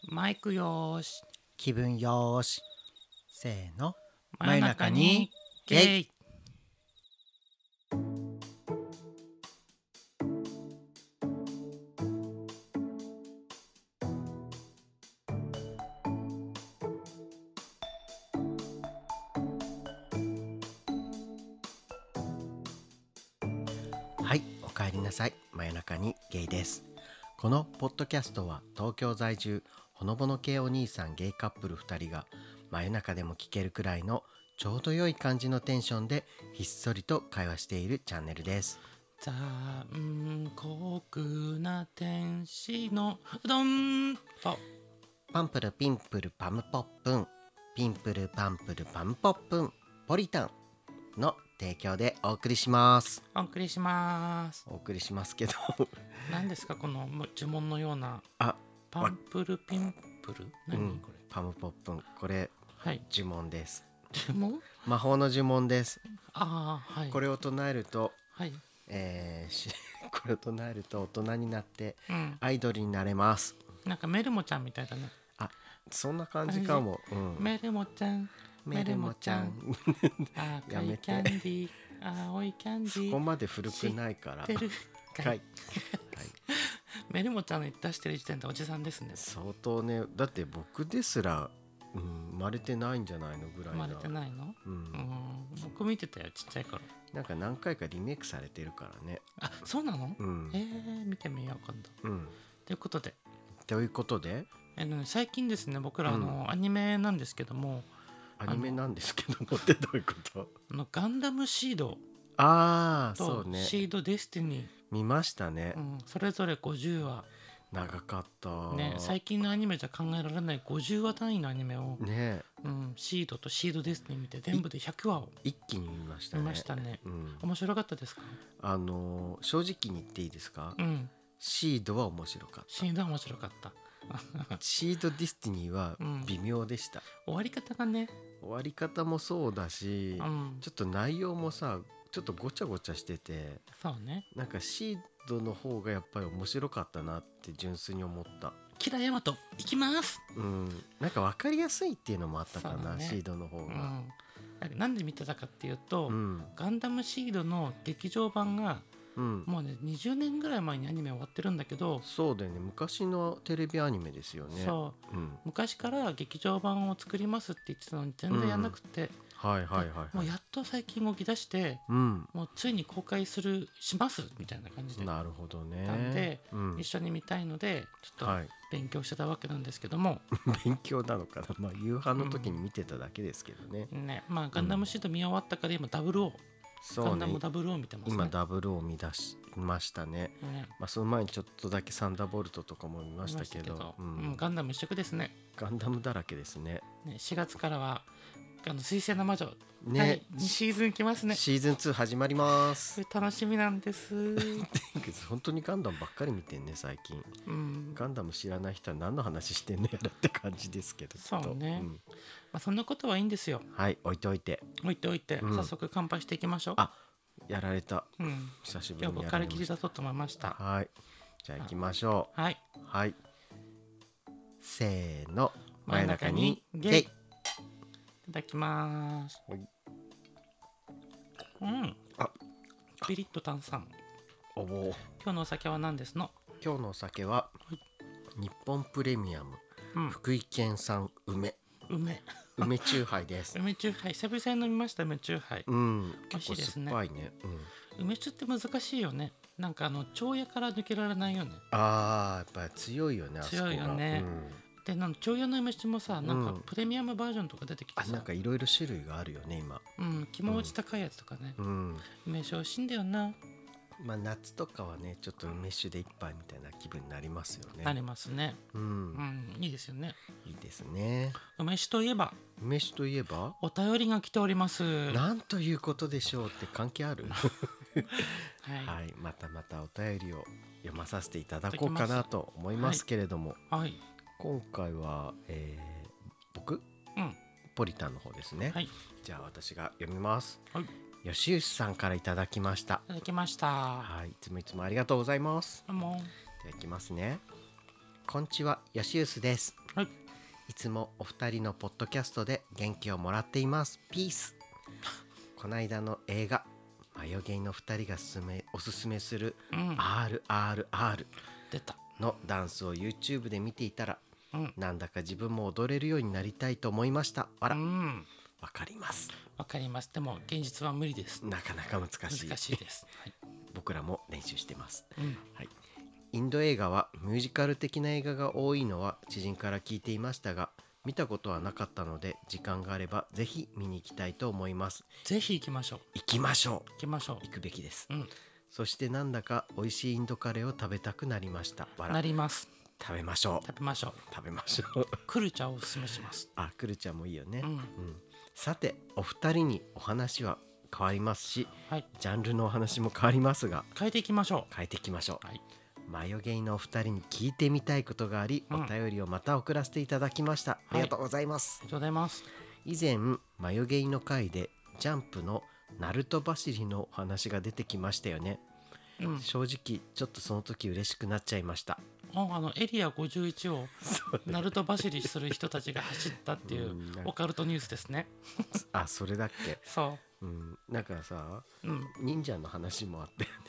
マイクよーし、 気分よーし、せーの、 真夜中にゲイ。 はい、おかえりなさい。真夜中にゲイです。このポッドキャストは東京在住ほのぼの系お兄さんゲイカップル2人が真夜中でも聞けるくらいのちょうど良い感じのテンションでひっそりと会話しているチャンネルです。 残酷な天使のうどん。そう。 パンプルピンプルパムポップン、ピンプルパンプルパムポップン、ポリタンの提供でお送りします。 お送りします。 お送りしますけど何ですかこの呪文のようなあ、 パンプルピンプル。何、これ。 パムポップン、これはい。 呪文です。 呪文？ 魔法の呪文です。 ああ、はい。 これを唱えると、 はい。 これを唱えると大人になってうん。 アイドルになれます。 なんかメルモちゃんみたいだね。 あ、そんな感じかも。 メルモちゃん。 メルモちゃん赤いキャンディー、青いキャンディー。 そこまで古くないから知ってるはい、はい、 メルモちゃんの出してる時点でおじさんですね。 相当ね。だって僕ですら、生まれてないんじゃないのぐらいな。 生まれてないの？ うん、 僕見てたよ、ちっちゃい頃。 なんか何回かリメイクされてるからね。 あ、そうなの？ うん、 見てみよう今度。 うん。 ということで、 ということで、 最近ですね、僕らアニメなんですけども、 アニメなんですけどもってどういうこと？ ガンダムシードああ、そとうね。 シードデスティニー、 見ましたね。 それぞれ50話。 長かったね、最近のアニメじゃ考えられない50話単位のアニメを、 ね。 シードとシードデスティニー見て全部で100話を一気に見ましたね。 見ましたね。面白かったですか？ 正直に言っていいですか？シードは面白かった。 シードは面白かった。 シードディスティニーは微妙でした。 終わり方がね、 終わり方もそうだし、ちょっと内容もさ、ちょっとごちゃごちゃしてて、 そうね。 なんかシードの方がやっぱり面白かったなって純粋に思った。 キラヤマト行きます。 なんか分かりやすいっていうのもあったかな、 ね、 シードの方が。 なんで見てたかっていうと、ガンダムシードの劇場版がもうね20年ぐらい前にアニメ終わってるんだけど、 そうだよね、昔のテレビアニメですよね。 そう、昔から劇場版を作りますって言ってたのに全然やんなくて、もうやっと最近動き出して、もうついに公開しますみたいな感じで。 なるほどね。 なんで、一緒に見たいのでちょっと勉強してたわけなんですけども、 勉強なのかな、まあ夕飯の時に見てただけですけどね。 まあガンダムシード見終わったから今00、ガンダム00見てますね。 今00見出しましたね。まあその前にちょっとだけサンダーボルトとかも見ましたけど、 ガンダム一色ですね。 ガンダムだらけですね。 4月からは水星の魔女ね、 第2シーズン来ますね。 シーズン2始まります。 楽しみなんです本当にガンダムばっかり見てんね最近。ガンダム知らない人は何の話してんのやらって感じですけど。 そうね、まあそんなことはいいんですよ。 はい、置いておいて早速乾杯していきましょう。 あ、やられた。久しぶりにやられました。 今日僕から切りだと思いました。 はい、じゃあ行きましょう。はい、せーの、真夜中にゲイ。いただきます。ピリッと炭酸。今日のお酒は何ですの？ 今日のお酒は、日本プレミアム、福井県産梅チューハイです。 梅チューハイ久々に飲みました。梅チューハイ、美味しいですね。 酸っぱいね。 梅酒って難しいよね。なんか腸野から抜けられないよね。 やっぱり強いよね。 強いよね。で腸野の梅酒もさ、なんかプレミアムバージョンとか出てきてさ、 なんかいろいろ種類があるよね今。 気持ち高いやつとかね。梅酒美味しいんだよな。 まあ夏とかはね、ちょっと梅酒で一杯みたいな気分になりますよね。 なりますね。いいですよね。 いいですね。 梅酒といえばお便りが来ております。 なんということでしょうって関係あるはい、またお便りを読まさせていただこうかなと思いますけれども、今回は、僕、ポリタンの方ですね。じゃあ私が読みます。吉吉さんからいただきました。 いただきました。 いつもありがとうございます。 ではいきますね。 こんちは、よしゆすです。 はい。 いつもお二人のポッドキャストで元気をもらっています。ピース。こないだの映画マヨゲイの2人がおすすめする RRR 出たのダンスを YouTube で見ていたら、なんだか自分も踊れるようになりたいと思いました。わかります。 わかります。でも現実は無理です。 なかなか難しい。 難しいです、はい、 僕らも練習してます、はい。インド映画はミュージカル的な映画が多いのは知人から聞いていましたが、見たことはなかったので、時間があればぜひ見に行きたいと思います。 ぜひ行きましょう。 行くべきです、そしてなんだか美味しいインドカレーを食べたくなりました。 なります。 食べましょう。 クルチャをおすすめします。 クルチャもいいよね、さて、お二人にお話は変わりますし、ジャンルのお話も変わりますが、 変えていきましょう。 マヨゲイのお二人に聞いてみたいことがあり、お便りをまた送らせていただきました、ありがとうございます。以前マヨゲイの回でジャンプのナルト走りのお話が出てきましたよね、正直ちょっとその時嬉しくなっちゃいました。 エリア51をナルト走りする人たちが走ったっていうオカルトニュースですね。 それだっけ。 そう、 なんかさ、忍者の話もあったよね。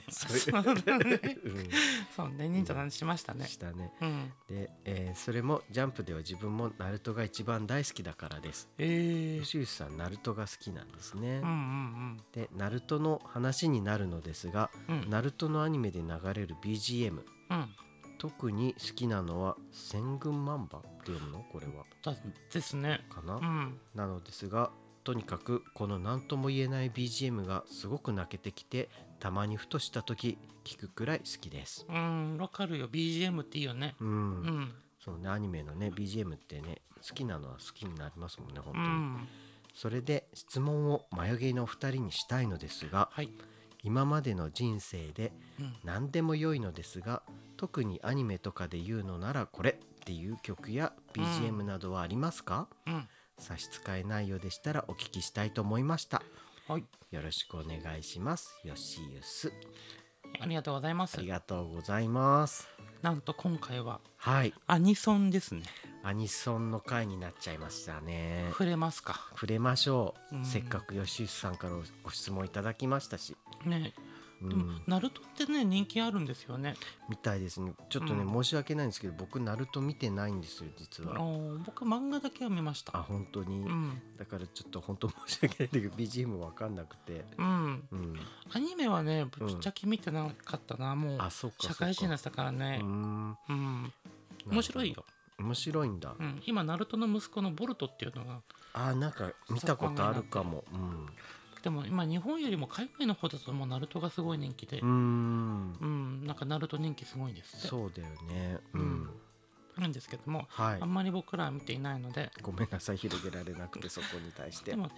そうね、忍者の話しましたね。 したね。で、それもジャンプでは自分もナルトが一番大好きだからです。吉内さんナルトが好きなんですね。で、ナルトの話になるのですが、ナルトのアニメで流れる BGM、特に好きなのは千軍万馬って読むのこれはですねかな、なのですが、とにかくこの何とも言えない BGM がすごく泣けてきて、たまにふとした時聞くくらい好きです。 わかるよ。 BGM っていいよね。 そうね、アニメのね BGM ってね、好きなのは好きになりますもんね、本当に。それで質問をマヨゲイのお二人にしたいのですが、今までの人生で何でも良いのですが、特にアニメとかで言うのならこれっていう曲や BGM などはありますか？差し支えないようでしたらお聞きしたいと思いました。よろしくお願いします。よしゆす。 ありがとうございます。 ありがとうございます。 なんと今回はアニソンですね。 アニソンの回になっちゃいましたね。 触れますか？ 触れましょう。せっかく吉内さんからご質問いただきましたしね。でもナルトってね、人気あるんですよね。 みたいですね。ちょっとね、申し訳ないんですけど、僕ナルト見てないんですよ実は。 僕漫画だけは見ました。 本当に、だからちょっと本当申し訳ないんだけど BGM わかんなくて、 アニメはねぶっちゃけ見てなかったな。もう社会人だったからね。面白いよ。 面白いんだ。 今ナルトの息子のボルトっていうのがなんか見たことあるかも。 でも今日本よりも海外の方だともうナルトがすごい人気で、なんかナルト人気すごいですって。 そうだよね。 なんですけども、あんまり僕らは見ていないのでごめんなさい、広げられなくてそこに対して。 でも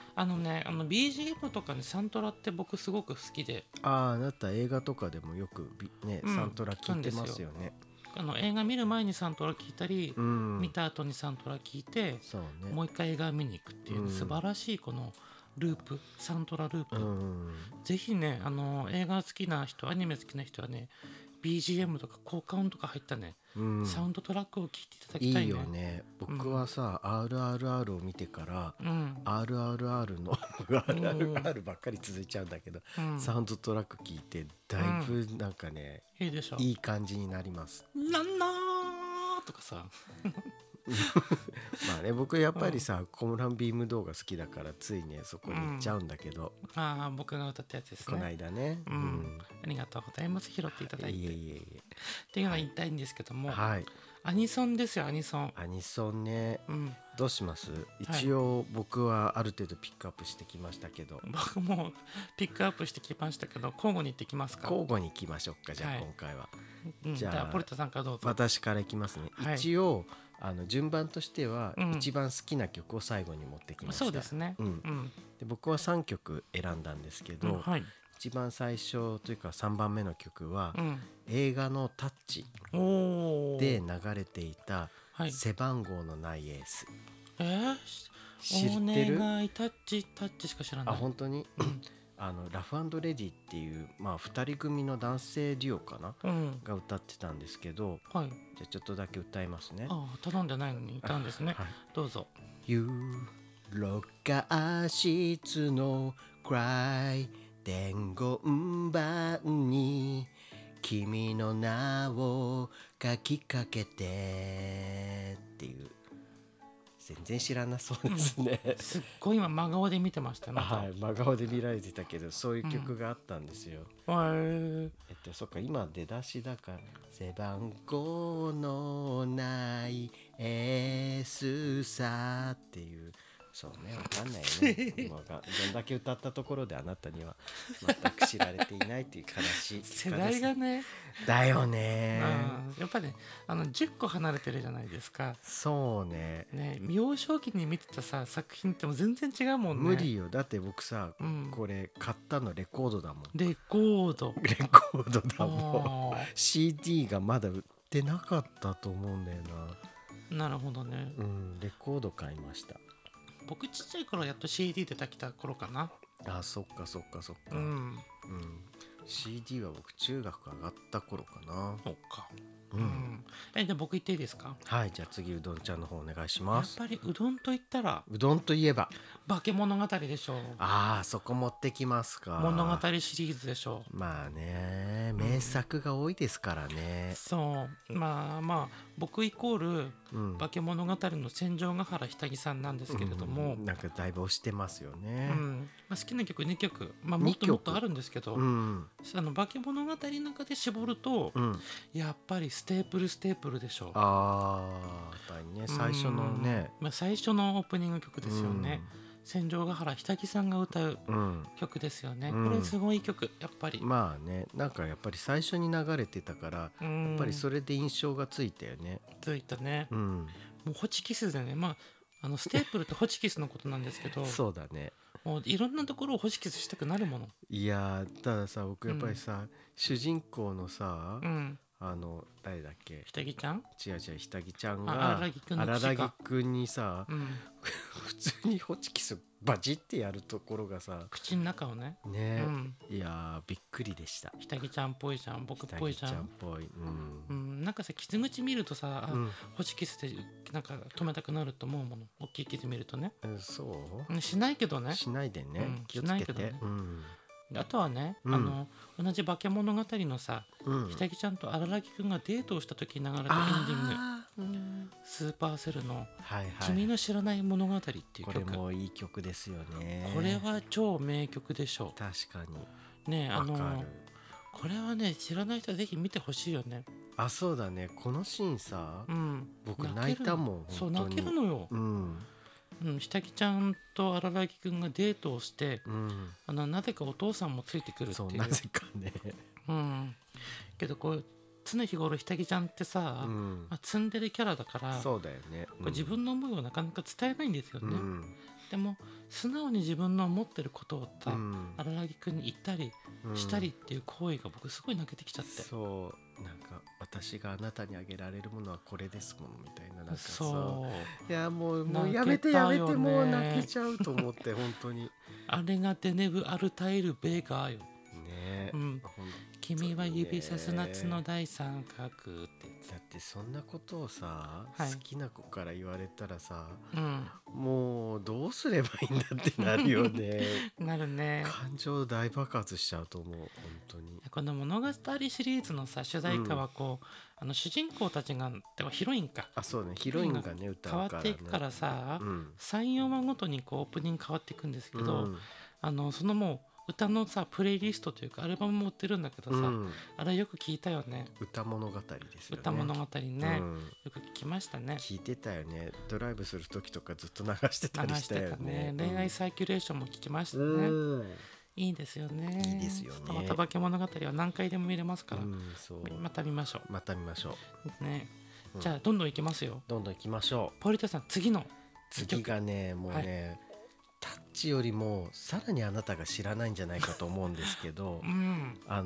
BGM とかね、サントラって僕すごく好きで、 あなた映画とかでもよくね、サントラ聞いてますよね。 映画見る前にサントラ聞いたり、見た後にサントラ聞いて、もう一回映画見に行くっていう素晴らしいこのループ、サントラループ、ぜひね、映画好きな人、アニメ好きな人はね、BGM とか効果音とか入ったね、サウンドトラックを聴いていただきたいね。 いいよね。僕はさ、RRR を見てから、RRR のRRR ばっかり続いちゃうんだけど、サウンドトラック聞いてだいぶなんかね、 いいでしょ。 いい感じになります。 なんなーとかさまあね、僕やっぱりさ、コムランビーム動画好きだからついねそこに行っちゃうんだけど、 僕が歌ったやつですね、 この間ね。 ありがとうございます。拾っていただいて。っていうのは言いたいんですけども、アニソンですよ。アニソンね、どうします？一応僕はある程度ピックアップしてきましたけど。 僕もピックアップしてきましたけど、交互に行ってきますか？ 交互に行きましょうか。じゃあ今回は、 じゃあポリタさんからどうぞ。 私からいきますね。一応順番としては、一番好きな曲を最後に持ってきました。 そうですね。 で僕は3曲選んだんですけど、一番最初というか3番目の曲は、映画のタッチで流れていた背番号のないエース。知ってる？ お願いタッチしか知らない。 本当にラフ&レディっていう、2人組の男性デュオかな、が歌ってたんですけど、じゃあちょっとだけ歌いますね。 頼んでないのに歌うんですね。どうぞ。 ユロガ室の暗い伝言板に君の名を書きかけてっていう、全然知らなそうですね、 すっごい今真顔で見てましたね。 真顔で見られてたけど、そういう曲があったんですよ。そっか、今出だしだから背番号のないSさっていう、そうね、わかんないよねどんだけ歌ったところであなたには全く知られていないっていう悲しい世代がねだよね。 やっぱね10個離れてるじゃないですか。 そうね。 幼少期に見てたさ作品っても全然違うもんね。 無理よ。だって僕さ、これ買ったのレコードだもん。 レコードだもんCD がまだ売ってなかったと思うんだよな。なるほどね。 レコード買いました。 僕ちっちゃい頃やっと CD 出てきた頃かな。 そっか。CD は僕中学上がった頃かな。 そっか。じゃあ僕言っていいですか。 はい、じゃあ次うどんちゃんの方お願いします。 やっぱりうどんと言ったら、 うどんといえば化け物語でしょう。 そこ持ってきますか。 物語シリーズでしょう。 まあね、名作が多いですからね。 そう僕イコール、化け物語の千丈ヶ原ひたぎさんなんですけれども、 なんかだいぶ推してますよね。 好きな曲2曲、もっともっとあるんですけど、化け物語の中で絞ると、やっぱりステープルでしょう。 最初のね、 最初のオープニング曲ですよね。千丈ヶ原ひたぎさんが歌う曲ですよね。これすごい曲、やっぱり。 なんかやっぱり最初に流れてたから、やっぱりそれで印象がついたよね。 ついたね。もうホチキスでね、ステープルってホチキスのことなんですけどそうだね。 もういろんなところをホチキスしたくなるもの。 いやたださ、僕やっぱりさ、主人公のさ、誰だっけ、 ひたぎちゃん、 違うひたぎちゃんが荒木くんにさ、普通にホチキスバチってやるところがさ、 口の中をね、 いやびっくりでした。 ひたぎちゃんっぽいじゃん、僕っぽいじゃん。 ひたぎちゃんっぽい。 なんかさ、傷口見るとさ、ホチキスでなんか止めたくなると思うもの。大きい傷見るとね。 そうしないけどね。 しないでね、気をつけて。 あとはね、同じ化け物語のさ、ひたぎちゃんと荒木くんがデートをした時に流れたエンディング、スーパーセルの君の知らない物語っていう曲。 これもいい曲ですよね。 これは超名曲でしょう。 確かにね。これはね、知らない人はぜひ見てほしいよね。 そうだね。このシーンさ、僕泣いたもん。 そう、泣けるのよ。ひたぎちゃんと荒木くんがデートをして、なぜかお父さんもついてくるっていう。 なぜかね。 けどこう常日頃ひたぎちゃんってさ、ツンデレキャラだから、 そうだよね。 これ自分の思いをなかなか伝えないんですよね。でも素直に自分の思ってることをさ、荒木くんに言ったりしたりっていう行為が僕すごい泣けてきちゃって。 なんか私があなたにあげられるものはこれですもんみたいな、なんかさ、 いやもうやめてもう泣けちゃうと思って本当にあれがデネブアルタイルベガーよね。 君は指さす夏の大三角って。 だってそんなことをさ、好きな子から言われたらさ、もうどうすればいいんだってなるよね。 なるね。 感情大爆発しちゃうと思う、本当に。 この物語シリーズのさ、主題歌はこう、主人公たちが、でもヒロインか、 そうね、ヒロインがね歌うからね、 変わっていくからさ、3、4話ごとにこうオープニング変わっていくんですけど、そのもう歌のさプレイリストというかアルバムも売ってるんだけどさ、あれよく聞いたよね。 歌物語ですよね。 歌物語ね、よく聞きましたね。 聞いてたよね。ドライブする時とかずっと流してたりしたよね。 恋愛サーキュレーションも聞きましたね。いいですよね。 いいですよね。 また化け物語は何回でも見れますから、また見ましょうね。じゃあどんどんいきますよ。 どんどんいきましょう。 ポリタさん、次がね、もうね、タッチよりもさらにあなたが知らないんじゃないかと思うんですけど、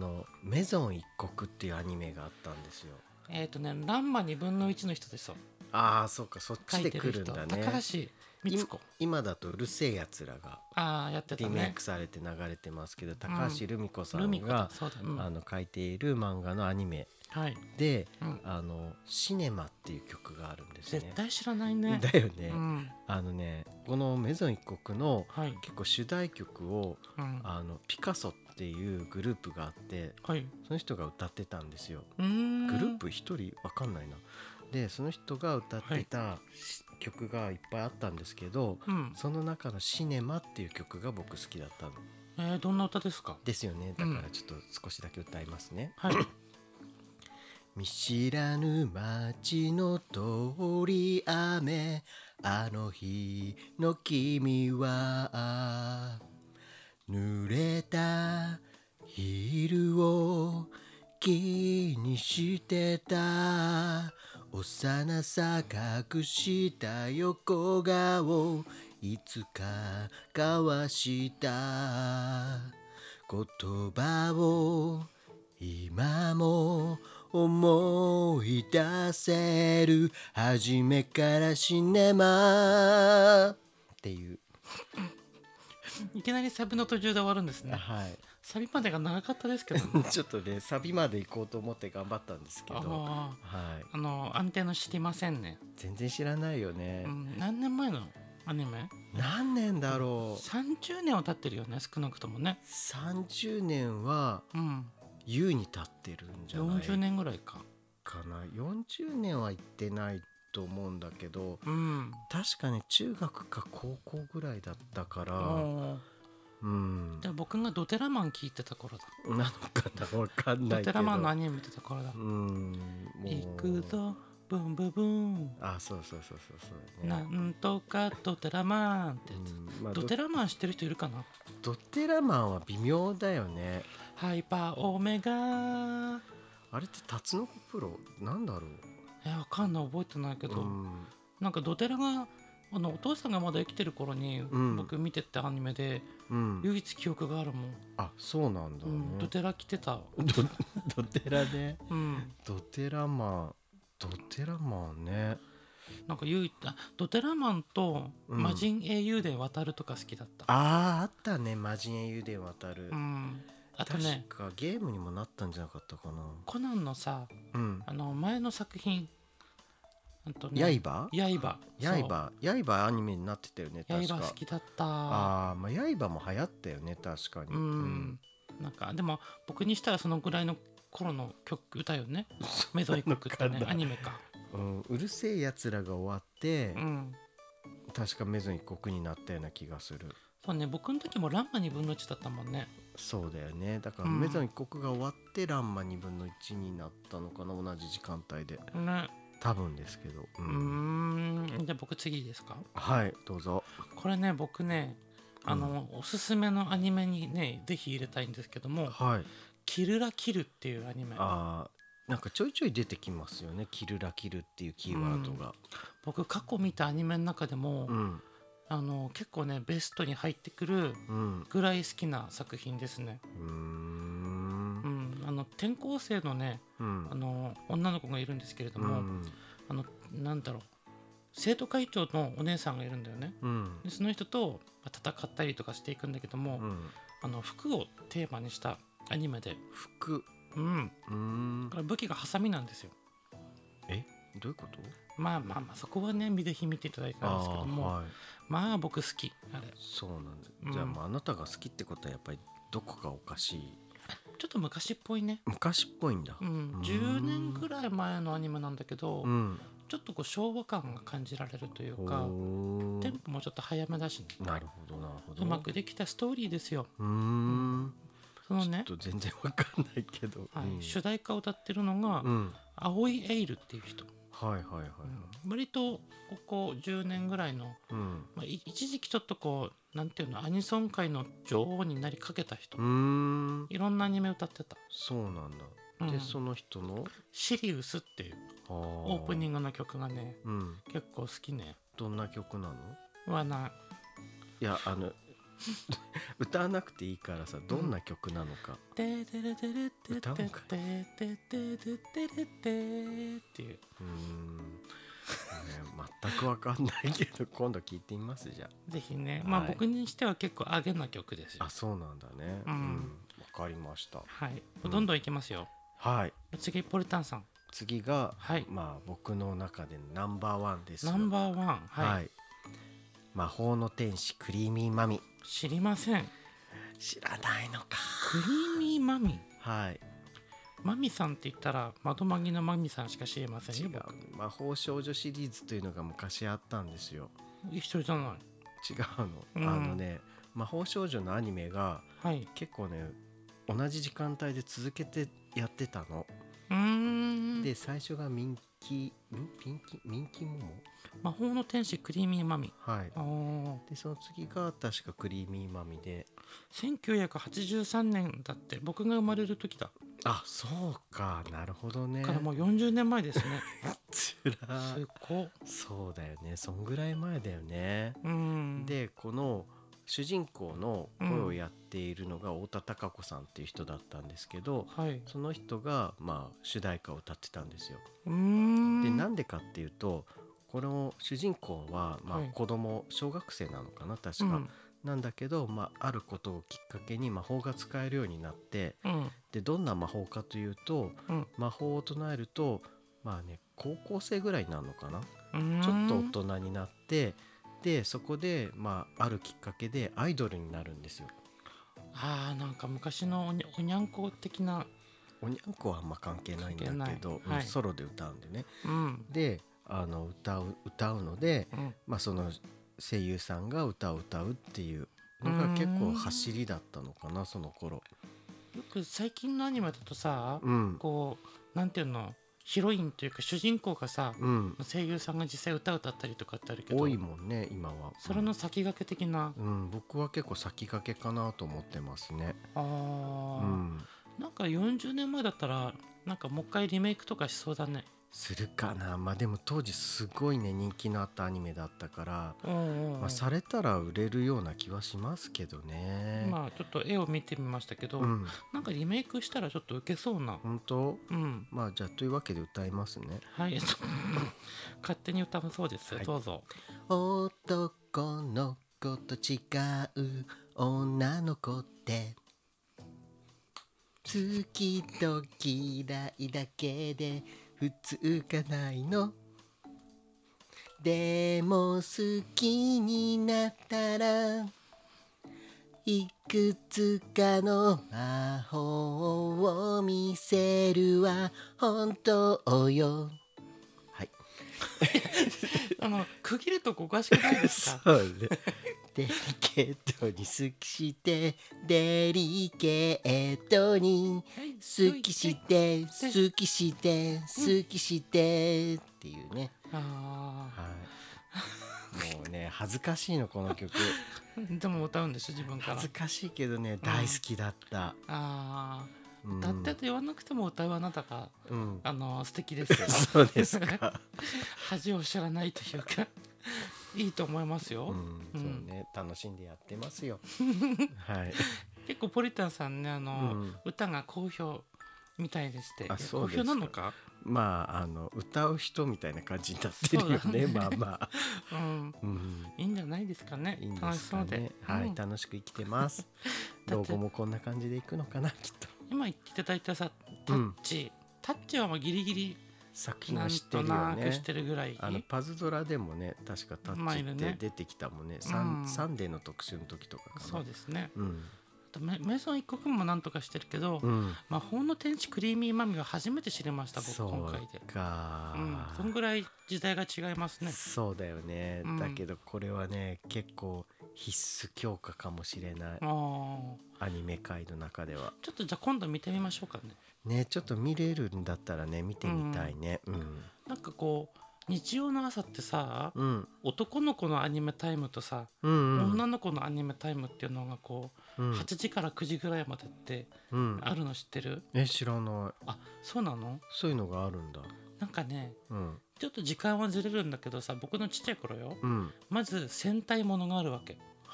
メゾン一国っていうアニメがあったんですよ。 ランマ2分の1の人ですよ。 ああそうか、そっちで来るんだね。 高橋光子。 今だとうるせえやつらがやってたね、 リメイクされて流れてますけど、高橋留美子さんが、書いている漫画のアニメで、シネマっていう曲があるんですね。 絶対知らないね。 だよね。このメゾン一国の結構主題曲を、ピカソっていうグループがあって、その人が歌ってたんですよ。グループ一人わかんないな。でその人が歌ってた曲がいっぱいあったんですけど、その中のシネマっていう曲が僕好きだったの。 どんな歌ですか？ ですよね。だからちょっと少しだけ歌いますね。見知らぬ街の通り雨、あの日の君は濡れたヒールを気にしてた、幼さ隠した横顔、いつか交わした言葉を今も思い出せる、初めからシネマっていういきなりサビの途中で終わるんですね。サビまでが長かったですけどねちょっとねサビまで行こうと思って頑張ったんですけど、 安定の知りませんね。 全然知らないよね。 何年前のアニメ？ 何年だろう。 30年は経ってるよね、少なくともね。 30年は優に経ってるんじゃない 40年ぐらいかな。40年は行ってないと思うんだけど、確かに中学か高校ぐらいだったから、 じゃあ僕がドテラマン聞いてた頃だ。 なのかな、分かんないけど。 ドテラマンのアニメ見てた頃だ。行くぞブンブブン。 そう、 ね、なんとかドテラマンってやつ。ドテラマン知ってる人いるかな？ ドテラマンは微妙だよね。 ハイパーオメガー。 あれってタツノコプロなんだろう。 わかんない、覚えてないけど、なんかドテラがお父さんがまだ生きてる頃に、僕見てたアニメで、唯一記憶があるもん。 そうなんだね。 ドテラ来てた。 ドテラね。ドテラマンね。 なんかドテラマンと魔人英雄伝渡るとか好きだった。 あったね、魔人英雄伝渡る。 あとね、 確かゲームにもなったんじゃなかったかな。 コナンのさ、前の作品、 刃アニメになってたよね。確か刃好きだった。 刃も流行ったよね、確かに。 なんかでも僕にしたらそのぐらいの頃の歌よね。メゾン一国ってね、アニメか。 うるせえやつらが終わって、確かメゾン一国になったような気がする。 そうね、僕の時もランマ2分の1だったもんね。 そうだよね。だからメゾン一国が終わってランマ2分の1になったのかな、同じ時間帯でね、多分ですけど。 じゃあ僕次いいですか？ はい、どうぞ。 これね、僕ね、おすすめのアニメにねぜひ入れたいんですけども、キルラキルっていうアニメ。 なんかちょいちょい出てきますよね、キルラキルっていうキーワードが。 僕過去見たアニメの中でも、結構ねベストに入ってくるぐらい好きな作品ですね。転校生のね、女の子がいるんですけれども、なんだろう、生徒会長のお姉さんがいるんだよね。でその人と戦ったりとかしていくんだけども、服をテーマにしたアニメで。 服？ これ武器がハサミなんですよ。 どういうこと？ まあそこはねぜひ見ていただいたんですけども、僕好きあれ。 そうなんだ。じゃああなたが好きってことはやっぱりどこかおかしい。 ちょっと昔っぽいね。 昔っぽいんだ。 10年ぐらい前のアニメなんだけど、ちょっと昭和感が感じられるというか、テンポもちょっと早めだしね。 なるほどなるほど。 うまくできたストーリーですよ。 そのね、ちょっと全然わかんないけど、 主題歌を歌ってるのが、青井エイルっていう人。割とここ10年ぐらいの、一時期ちょっとなんていうの、アニソン界の女王になりかけた人。いろんなアニメ歌ってた。 そうなんだ。でその人のシリウスっていうオープニングの曲がね、結構好きね。 どんな曲なの？ いや歌わなくていいからさ、どんな曲なのか。歌うのか。っていう。 全く分かんないけど今度聞いてみますじゃあ。 ぜひね、まあ、僕にしては結構アゲな曲ですよ。 あ、そうなんだね。分かりました。 はい、どんどんいきますよ。 はい。 次ポリタンさん。 次が、まあ僕の中でナンバーワンですよ。 ナンバーワン。はい。 魔法の天使クリーミーマミ。 知りません。 知らないのか。 クリーミーマミ。 はい。 マミさんって言ったら窓マギのマミさんしか知りませんよ。 違う。魔法少女シリーズというのが昔あったんですよ。 一緒じゃない。 違うの。魔法少女のアニメが、結構ね同じ時間帯で続けてやってたの。で最初がミンキモモ、 魔法の天使クリーミーマミ。 でその次が確かクリーミーマミで 1983年だって。僕が生まれる時だ。 あ、そうか、なるほどね。 からもう40年前ですね。 つら。 すご。 そうだよね、そんぐらい前だよね。でこの主人公の声をやっているのが太田貴子さんっていう人だったんですけど、その人がまあ主題歌を歌ってたんですよ。でなんでかっていうと、この主人公はまあ子供、小学生なのかな確か、なんだけど、まあ、あることをきっかけに魔法が使えるようになって、でどんな魔法かというと、魔法を唱えるとまあね高校生ぐらいになるのかな、ちょっと大人になって、でそこで、まあ、あるきっかけでアイドルになるんですよ。 なんか昔のおにゃんこ的な。 おにゃんこはあんま関係ないんだけど、ソロで歌うんでね、で歌うので、まあ、その声優さんが歌を歌うっていうのが結構走りだったのかな、その頃。 よく最近のアニメだとさ、こうなんていうの、ヒロインというか主人公がさ、声優さんが実際歌ったりとかってあるけど、 多いもんね今は。 それの先駆け的な、 僕は結構先駆けかなと思ってますね。 なんか40年前だったらなんかもう一回リメイクとかしそうだね。 するかな。まあでも当時すごいね人気のあったアニメだったから、まあ、されたら売れるような気はしますけどね。 まあちょっと絵を見てみましたけど、なんかリメイクしたらちょっとウケそうな。 本当？まあじゃあというわけで歌いますね。 はい。勝手に歌うそうです、どうぞ。 男の子と違う女の子って好きと嫌いだけで普通かないの。でも好きになったらいくつかの魔法を見せるわ本当よ。はい。 区切るとこおかしくないですか？ そうね。デリケートに好きしてデリケートに好きして好きして好きしてっていうね。はい。もうね恥ずかしいのこの曲。 でも歌うんでしょ自分から。 恥ずかしいけどね大好きだった。 歌ってと言わなくても歌うあなたが、素敵ですよ。 そうですか。 恥を知らないというかいいと思いますよ。 そうね、楽しんでやってますよ。はい。 結構ポリタンさんね歌が好評みたいでして。好評なのか？ まあ歌う人みたいな感じになってるよね。まあまあいいんじゃないですかね。楽しそうで。 はい、楽しく生きてます。老後もこんな感じでいくのかなきっと。 今言っていただいたさタッチはまあギリギリ作品は知ってるよね。 知ってるぐらい。 パズドラでもね確かタッチって出てきたもんね。サンデーの特集の時とかかな。 そうですね。メゾン一国もなんとかしてるけど、魔法の天使クリーミーマミは初めて知りました僕今回で。 そうか。 そんぐらい時代が違いますね。 そうだよね。だけどこれはね結構必須強化かもしれない。アニメ界の中では。 ちょっとじゃあ今度見てみましょうかね。 ね、ちょっと見れるんだったらね見てみたいね。 なんかこう日曜の朝ってさ、男の子のアニメタイムとさ、女の子のアニメタイムっていうのがこう、8時から9時ぐらいまでってあるの知ってる？ 知らない。 あ、そうなの？ そういうのがあるんだ。 なんかね、ちょっと時間はずれるんだけどさ、僕のちっちゃい頃よ、まず戦隊ものがあるわけ。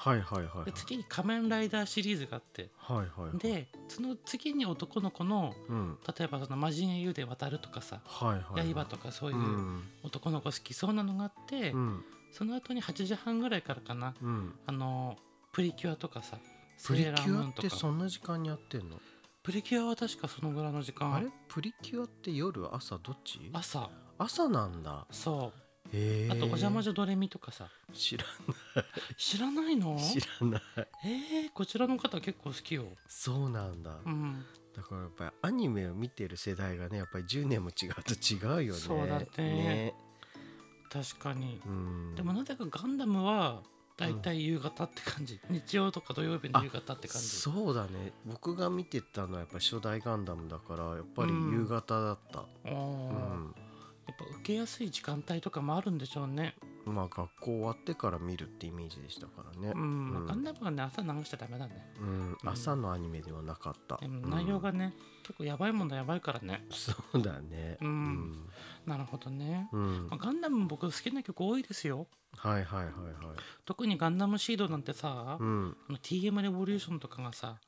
はいはいはい、はい、 で次に仮面ライダーシリーズがあって、 はいはいはい、 でその次に男の子の、例えばその魔人英雄で渡るとかさ、 はいはいはい、 刃とかそういう男の子好きそうなのがあって、その後に8時半ぐらいからかな、プリキュアとかさ、 プリキュアってそんな時間にやってんの？ プリキュアは確かそのぐらいの時間。 あれプリキュアって夜朝どっち？ 朝なんだ。 そう。 へあとお邪魔女ドレミとかさ。 知らない。 知らないの？ 知らない。 こちらの方結構好きよ。 そうなんだ、だからやっぱりアニメを見てる世代がね、やっぱり10年も違うと違うよね。 そうだね。確かに。でもなぜかガンダムはだいたい夕方って感じ、日曜とか土曜日の夕方って感じ。 そうだね。僕が見てたのはやっぱり初代ガンダムだからやっぱり夕方だった、 やっぱ受けやすい時間帯とかもあるんでしょうね。 まあ学校終わってから見るってイメージでしたからね。 ガンダムはね朝流しちゃダメだね。 朝のアニメではなかった。 内容がね、結構やばいもんだやばいからね。 そうだね。 なるほどね。ガンダム僕好きな曲多いですよ。 はいはいはいはい。 特にガンダムシードなんてさ、TM レボリューションとかがさ、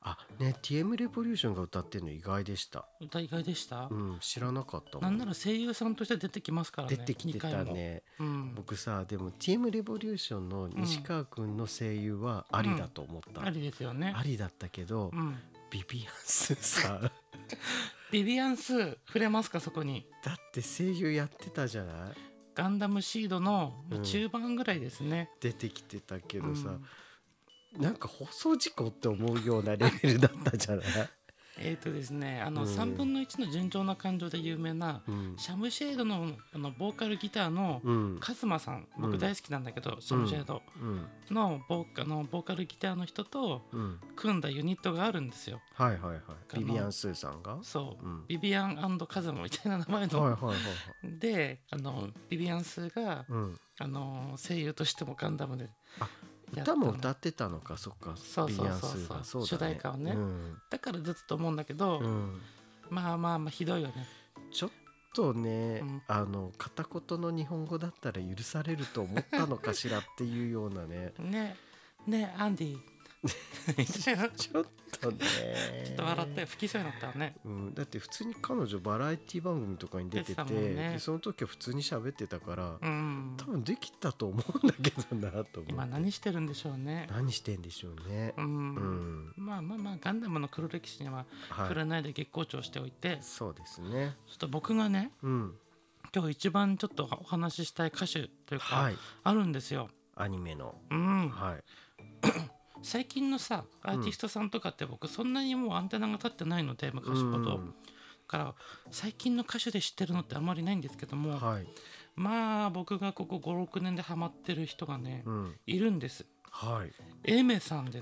TM レボリューションが歌ってるの意外でした。 意外でした？ 知らなかったもん。 なんなら声優さんとして出てきますからね。 出てきてたね。僕さ、でも TM レボリューションの西川くんの声優はありだと思った。 ありですよね。 ありだったけど、ビビアンスさビビアンス触れますか、そこに？ だって声優やってたじゃない。 ガンダムシードの中盤ぐらいですね、 出てきてたけどさ、なんか放送事故って思うようなレベルだったじゃないですね、3分の1の純情な感情で有名な、シャムシェードのボーカルギターのカズマさん、僕大好きなんだけど、シャムシェードのボーカルギターの人と組んだユニットがあるんですよ。 はいはいはい。ビビアンスーさんがそう、ビビアン&カズマみたいな名前の、でビビアンスーが、声優としてもガンダムで歌も歌ってたのか。そっか。ビビアンスーが主題歌をね、だからずっと思うんだけど、まあひどいよね。 ちょっとね、片言の日本語だったら許されると思ったのかしらっていうようなねねアンディちょっとねちょっと笑って吹きそうになったわね、 だって普通に彼女バラエティ番組とかに出てて、でその時は普通に喋ってたから、多分できたと思うんだけどなと思って。 今何してるんでしょうね。 何してんでしょうね。 まあガンダムの黒歴史には触れないで月光町しておいて、 そうですね。 ちょっと僕がね、今日一番ちょっとお話ししたい歌手というか、あるんですよ。 アニメの。 最近のさアーティストさんとかって僕そんなにもうアンテナが立ってないので、昔ほどから最近の歌手で知ってるのってあんまりないんですけども、まあ僕がここ 5,6 年でハマってる人がね、いるんです。エメさんです。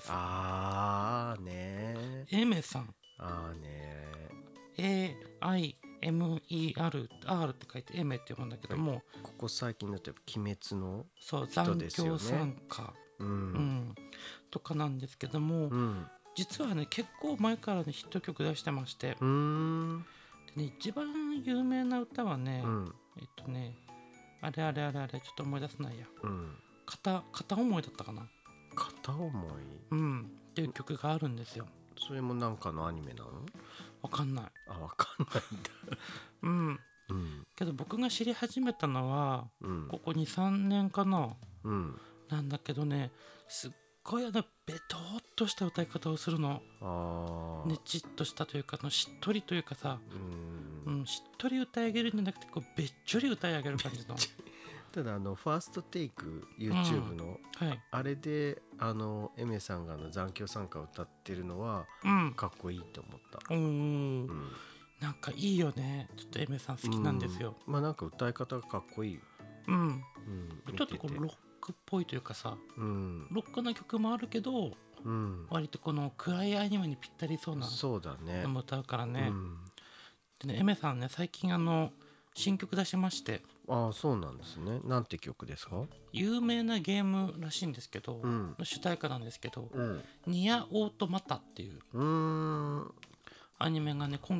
エメさん。AIMER って書いてエメって読むんだけども、 ここ最近だと鬼滅の人ですよね。残響参加とかなんですけども、実はね結構前からねヒット曲出してまして、でね、一番有名な歌はね、あれちょっと思い出せないや、片思いだったかな。 片思いっていう曲があるんですよ。 それもなんかのアニメなの？ わかんない。 わかんないんだ。 けど僕が知り始めたのは、ここ 2,3 年かな、なんだけどね、すっごいベトーっとした歌い方をするの。ねちっとしたというかしっとりというかさ、しっとり歌い上げるんじゃなくてこうべっちょり歌い上げる感じのただファーストテイク YouTube の、あれでエメさんが残響参加を歌ってるのは、かっこいいと思った。 なんかいいよね。ちょっとエメさん好きなんですよ。 なんか歌い方がかっこいい。 ちょっとこのロックっぽいというかさ、ロックな曲もあるけど、割とこの暗いアニメにぴったりそうなのも歌うからね。でね、エメさんね最近新曲出しまして。 そうなんですね。なんて曲ですか？ 有名なゲームらしいんですけど、主題歌なんですけど、ニアオートマタっていうアニメがね今期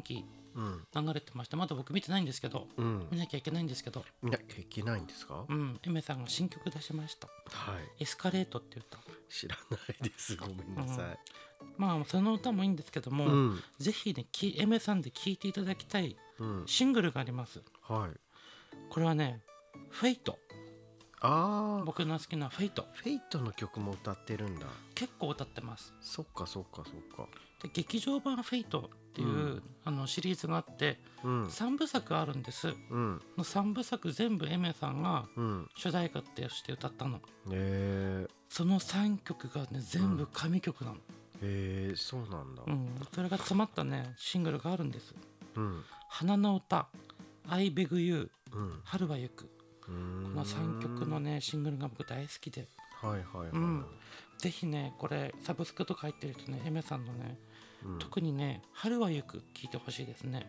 流れてまして、まだ僕見てないんですけど、見なきゃいけないんですけど。 見なきゃいけないんですか？ エメさんが新曲出しました。 はい。 エスカレートっていう歌。 知らないです。ごめんなさい。 まあその歌もいいんですけども、ぜひねエメさんで聴いていただきたいシングルがあります。 はい。 これはね、フェイト。僕の好きなフェイト。 フェイトの曲も歌ってるんだ。 結構歌ってます。 そっかそっかそっか。 で劇場版フェイトっていう、シリーズがあって、3部作あるんです。の3部作全部エメさんが主題歌として歌ったの。その3曲がね全部神曲なの。 そうなんだ。 それが詰まったねシングルがあるんです。花の歌、I Beg You、春は行く。この3曲のねシングルが僕大好きで、ぜひねこれサブスクとか入ってるとねエメさんのね、特にね春は行く聴いてほしいですね。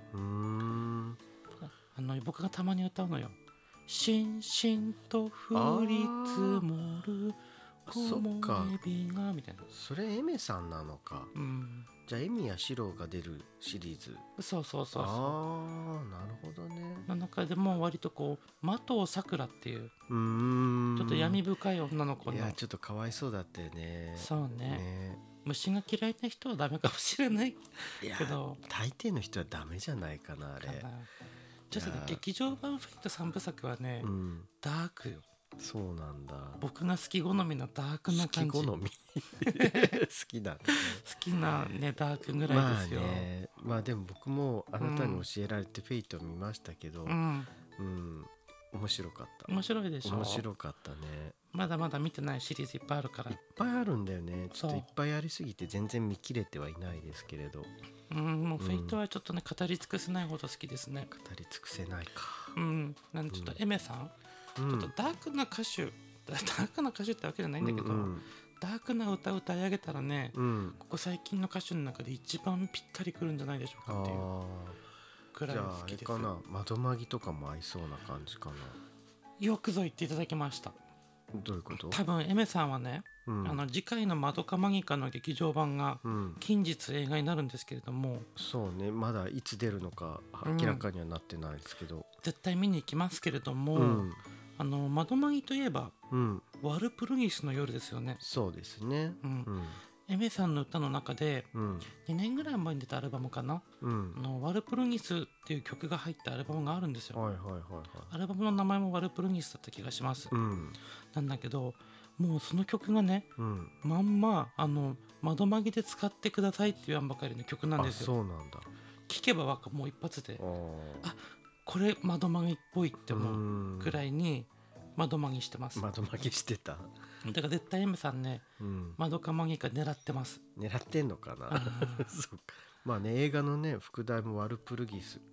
僕がたまに歌うのよ。しんしんと降り積もる木漏れ日がみたいな。 それエメさんなのか。じゃあエミやシロが出るシリーズ。 そうなるほどね。 の中でも割とこう的尾さくらっていうちょっと闇深い女の子の。 いやちょっとかわいそうだったよね。 そうね。虫が嫌いな人はダメかもしれないけど、 大抵の人はダメじゃないかなあれ。 ちょっと劇場版フェイト3部作はね、ダークよ。 そうなんだ。 僕が好き好みのダークな感じ。 好き好み好きだね。 好きなねダークぐらいですよ。 まあでも僕もあなたに教えられてフェイト見ましたけど、面白かった。 面白いでしょ。 面白かったね。 まだまだ見てないシリーズいっぱいあるから。いっぱいあるんだよね。ちょっといっぱいありすぎて全然見切れてはいないですけれど。 もうフェイトはちょっとね語り尽くせないほど好きですね。 語り尽くせないか。 なんでちょっとエメさん、ちょっとダークな歌手ってわけじゃないんだけど、ダークな歌を歌い上げたらね、ここ最近の歌手の中で一番ぴったりくるんじゃないでしょうかっていうくらい好きです。 じゃああれかな、窓マギとかも合いそうな感じかな。 よくぞ言っていただきました。 どういうこと？ 多分エメさんはね、次回のマドカマギカの劇場版が近日映画になるんですけれども、 そうね、まだいつ出るのか明らかにはなってないですけど、 絶対見に行きますけれども、マドマギといえば、ワルプルギスの夜ですよね。 そうですね。 エメさんの歌の中で、2年ぐらい前に出たアルバムかな、ワルプルギスっていう曲が入ったアルバムがあるんですよ。アルバムの名前もワルプルギスだった気がします。なんだけどもうその曲がね、まんま窓マギで使ってくださいって言わんばかりの曲なんですよ。 そうなんだ。 聴けばもう一発でこれ窓マギっぽいって思うくらいに窓マギしてます。 窓マギしてた。 だから絶対 M さんね、窓かマギか狙ってます。 狙ってんのかなそうか。まあね、映画のね副題もワルプルギス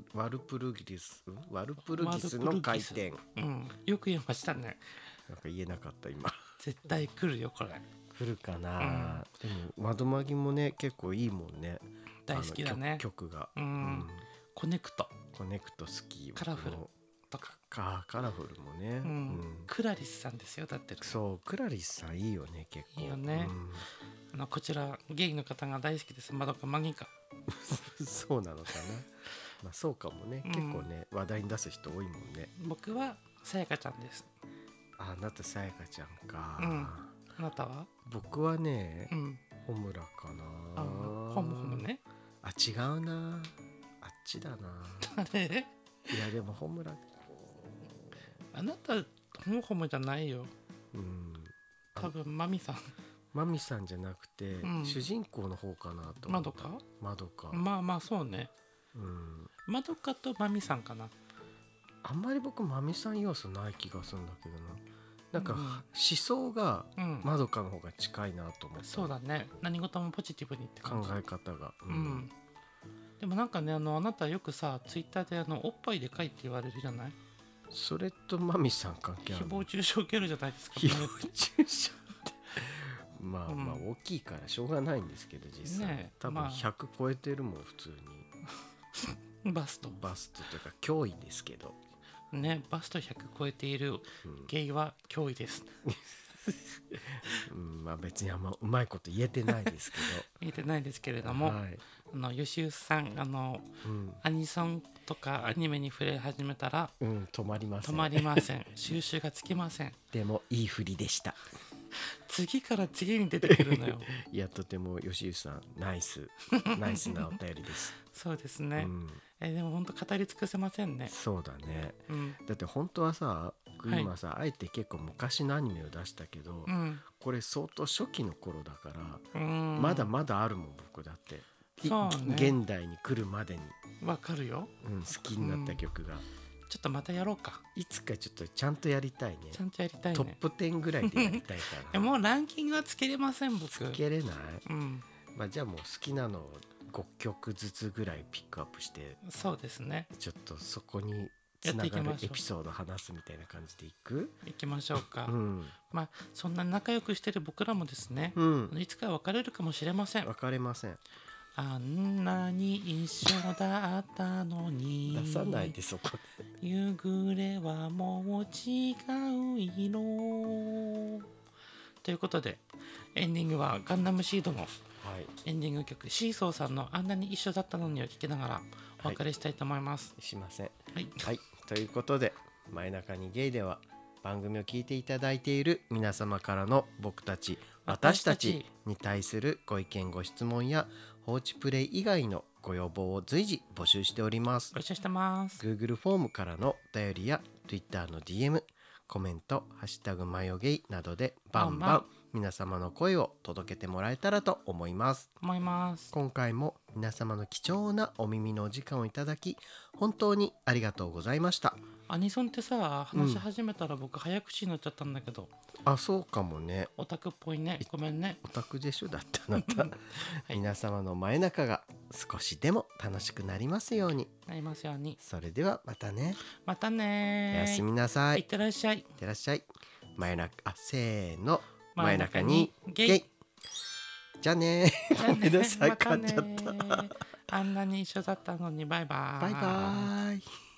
の回転、 よく言えましたね。 なんか言えなかった今。 絶対来るよこれ。 来るかな、でも窓マギもね結構いいもんね。 大好きだね曲が、 コネクト好き。 カラフルとかカラフルもね、 クラリスさんですよ。だってそうクラリスさんいいよね。結構いいよね、こちらゲイの方が大好きです。窓かマギかそうなのかなまあそうかもね、結構ね話題に出す人多いもんね。 僕はさやかちゃんです。 あなたさやかちゃんか、 あなたは？ 僕はね、ホムラかな。 ホムホムね。 違うな、あっちだな。 誰？ いやでもホムラ、 あなたホムホムじゃないよ。多分マミさんじゃなくて、主人公の方かなと思った。窓か。 まあそうね。窓かとマミさんかな。 あんまり僕マミさん要素ない気がするんだけどな。なんか、思想が窓かの方が近いなと思って、 そうだね。何事もポジティブにって考え方が、 でもなんかねあなたよくさツイッターでおっぱいでかいって言われるじゃない。 それとマミさん関係ある？ 誹謗中傷受けるじゃないですか。 誹謗中傷ってまあ大きいからしょうがないんですけど実際、ね、多分100超えてるもん普通にバストというか脅威ですけどね。バスト100超えているゲイは脅威です、まあ別にあんまうまいこと言えてないですけど言えてないですけれども、 よしうさんアニソンとかアニメに触れ始めたら、 止まりません。 止まりません。収集がつきません。 でもいい振りでした。 次から次に出てくるのよ。 いや、とても吉井さんナイスなお便りです。 そうですね、でも本当語り尽くせませんね。 そうだね、だって本当はさ、今さ、あえて結構昔のアニメを出したけど、これ相当初期の頃だから、まだまだあるもん僕だって。そうね、現代に来るまでにわかるよ、 好きになった曲が、 ちょっとまたやろうか。 いつかちょっとちゃんとやりたいね。 ちゃんとやりたいね。 トップ10ぐらいでやりたいからもうランキングはつけれません僕。 つけれない、じゃあもう好きなの5曲ずつぐらいピックアップして、 そうですね、 ちょっとそこにつながるエピソード話すみたいな感じでいきましょうか、そんな仲良くしてる僕らもですね、いつか別れるかもしれません。 別れません。 あんなに一緒だったのに出さないでそこで。夕暮れはもう違う色ということで、エンディングはガンダムシードのエンディング曲、シーソーさんのあんなに一緒だったのにを聴きながらお別れしたいと思います。 しません。ということで、真中にゲイでは番組を聞いていただいている皆様からの私たちに対するご意見ご質問や放置プレイ以外のご要望を随時募集しております。 募集してます。 Google フォームからのお便りや Twitter の DM、 コメント、ハッシュタグマヨゲイなどでバンバン皆様の声を届けてもらえたらと思います。今回も皆様の貴重なお耳のお時間をいただき本当にありがとうございました。 アニソンってさ、話し始めたら僕早口になっちゃったんだけど、 そうかもね。 オタクっぽいね。ごめんね。 オタクでしょだってあなた、皆様の真夜中が少しでも楽しくなりますように。それではまたね。 またね。 おやすみなさい。 いってらっしゃい。 いってらっしゃい。真夜中、せーの、真夜中にゲイ。じゃあね。ごめんなさい、噛んじゃった。 あんなに一緒だったのにバイバイ。 バイバイ。